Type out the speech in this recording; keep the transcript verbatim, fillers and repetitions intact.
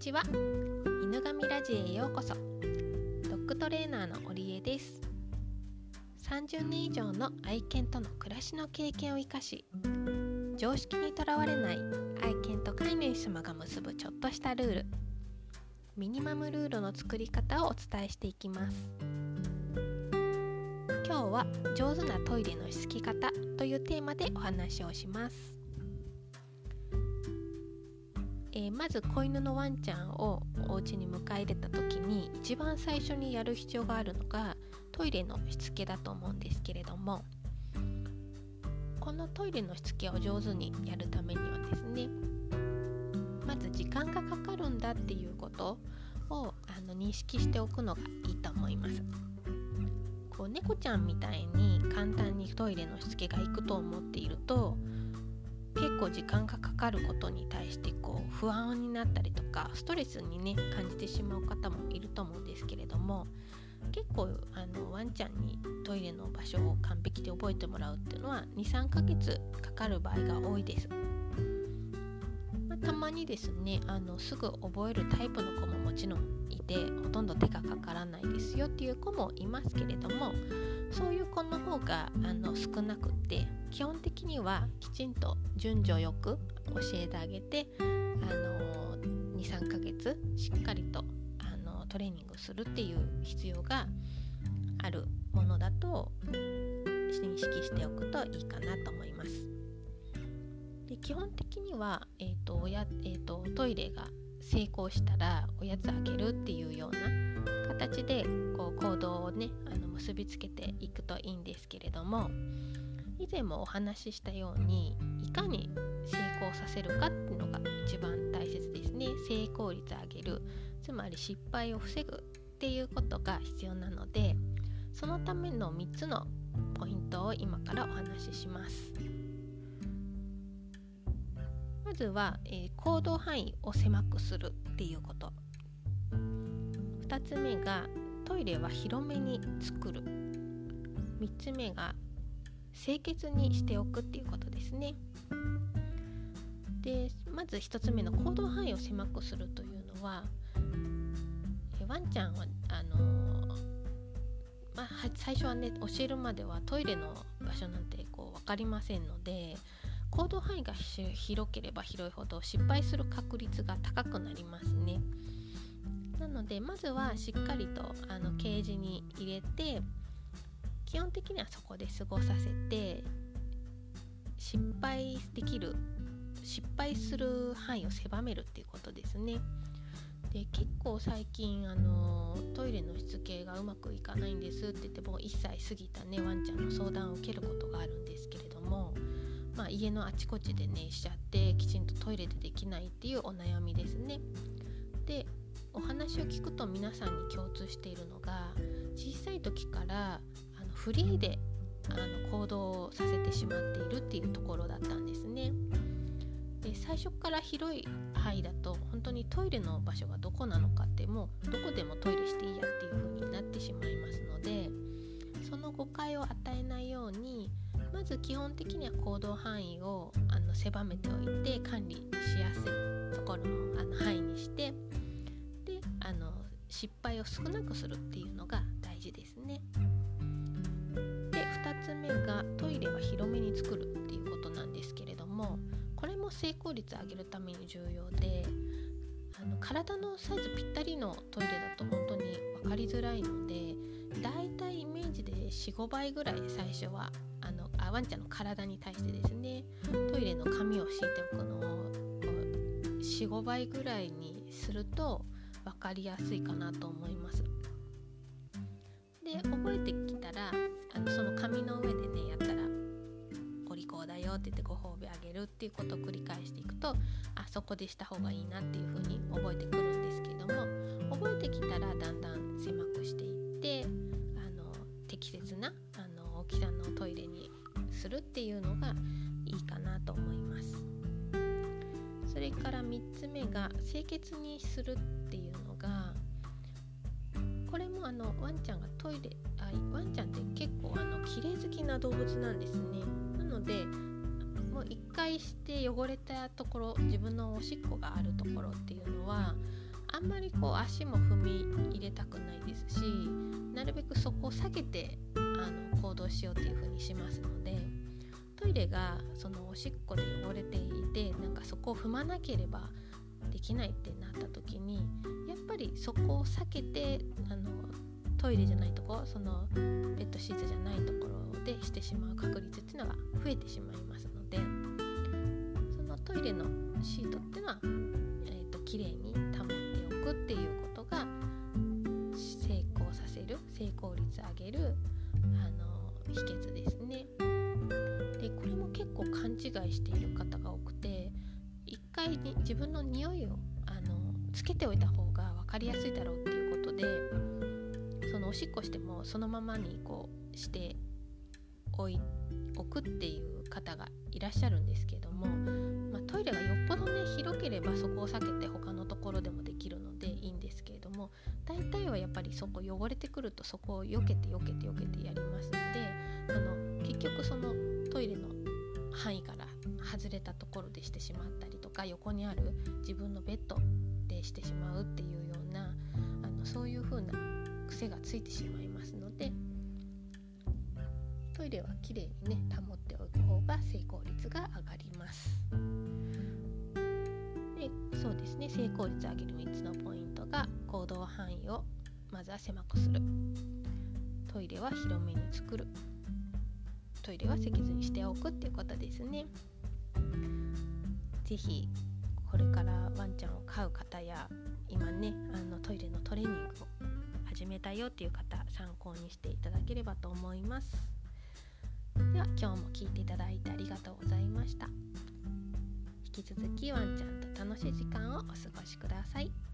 ちは。犬神ラジへようこそ。ドッグトレーナーの織江です。さんじゅうねん以上の愛犬との暮らしの経験を生かし、常識にとらわれない愛犬と飼い主様が結ぶちょっとしたルール、ミニマムルールの作り方をお伝えしていきます。今日は上手なトイレのしつき方というテーマでお話をします。えー、まず子犬のワンちゃんをお家に迎え入れた時に一番最初にやる必要があるのがトイレのしつけだと思うんですけれども、このトイレのしつけを上手にやるためにはですね、まず時間がかかるんだっていうことをあの認識しておくのがいいと思います。こう猫ちゃんみたいに簡単にトイレのしつけがいくと思っていると、結構時間がかかることに対してこう不安になったりとかストレスにね感じてしまう方もいると思うんですけれども、結構あのワンちゃんにトイレの場所を完璧で覚えてもらうっていうのは にさんかげつかかる場合が多いです。まあ、たまにですねあのすぐ覚えるタイプの子ももちろんいて、ほとんど手がかからないですよっていう子もいますけれども、そういう子の方があの少なくって、基本的にはきちんと順序よく教えてあげて、あの にさんかげつしっかりとあのトレーニングするっていう必要があるものだと認識しておくといいかなと思います。で基本的には、えーとおやえーと、トイレが成功したらおやつあげるっていうような形でこう行動をねあの結びつけていくといいんですけれども、以前もお話ししたようにいかに成功させるかっていうのが一番大切ですね。成功率を上げる、つまり失敗を防ぐっていうことが必要なので、そのためのみっつのポイントを今からお話しします。まずは、えー、行動範囲を狭くするっていうこと。ふたつめがトイレは広めに作る。みっつめが清潔にしておくっていうことですね。でまずひとつめの行動範囲を狭くするというのは、えワンちゃんはあのーまあ、最初はね教えるまではトイレの場所なんてこう分かりませんので、行動範囲が広ければ広いほど失敗する確率が高くなりますね。なのでまずはしっかりとあのケージに入れて、基本的にはそこで過ごさせて、失敗できる失敗する範囲を狭めるっていうことですね。で結構最近あのトイレのしつけがうまくいかないんですって言ってもいっさい過ぎたねワンちゃんの相談を受けることがあるんですけれども、まあ、家のあちこちでねしちゃってきちんとトイレでできないっていうお悩みですね。でお話を聞くと皆さんに共通しているのが、小さい時からあのフリーであの行動をさせてしまっているっていうところだったんですね。で最初から広い範囲だと本当にトイレの場所がどこなのかってもうどこでもトイレしていいやっていう風になってしまいますので、その誤解を与えないように、まず基本的には行動範囲をあの狭めておいて、管理しやすいところの、あの範囲にして、であの失敗を少なくするっていうのが大事ですね。でふたつめがトイレは広めに作るっていうことなんですけれども、これも成功率を上げるために重要で、あの体のサイズぴったりのトイレだと本当に分かりづらいので、だいたいイメージで よん、ごばいぐらい最初はあのあワンちゃんの体に対してですね、トイレの紙を敷いておくのをこうよん、ごばいぐらいにすると分かりやすいかなと思います。で覚えてきたらあのその紙の上でねやったらお利口だよって言ってご褒美あげるっていうことを繰り返していくと、あそこでした方がいいなっていう風に覚えてくるんですけども、覚えてきたらだんだん狭くしていって、あの適切なあの大きさのトイレにするっていうのがいいかなと思います。それからみっつめが清潔にするっていうのが、これもあのワンちゃんがトイレあワンちゃんって結構あの綺麗好きな動物なんですね。なのでもう一回して汚れたところ、自分のおしっこがあるところっていうのはあんまりこう足も踏み入れたくないですし、なるべくそこを避けてあの行動しようというふうにしますので、トイレがそのおしっこで汚れていて、なんかそこを踏まなければできないってなった時に、やっぱりそこを避けてあのトイレじゃないところ、そのベッドシーツじゃないところでしてしまう確率っていうのが増えてしまいますので、そのトイレのシートっていうのは、えーと、きれいに保っておくっていうことが成功させる、成功率上げるあの秘訣ですね。でこれも結構勘違いしている方が多くて、一回に自分の匂いをあのつけておいた方が分かりやすいだろうっていうことで、そのおしっこしてもそのままにこうしておいおくっていう方がいらっしゃるんですけども、まあ、トイレがよっぽどね広ければそこを避けて他のところでもできるのでいいんですけれども、大体はやっぱりそこ汚れてくるとそこを避けて避けて避けてやりますので、あの結局そのトイレの範囲から外れたところでしてしまったりとか、横にある自分のベッドでしてしまうっていうようなあのそういう風な癖がついてしまいますので、トイレはきれいにね保っておく方が成功率が上がります。でそうですね、成功率を上げるみっつのポイントが、行動範囲をまずは狭くする、トイレは広めに作る、トイレは席ずにしておくっていうことですね。ぜひこれからワンちゃんを飼う方や、今ねあのトイレのトレーニングを始めたよっていう方、参考にしていただければと思います。では今日も聞いていただいてありがとうございました。引き続きワンちゃんと楽しい時間をお過ごしください。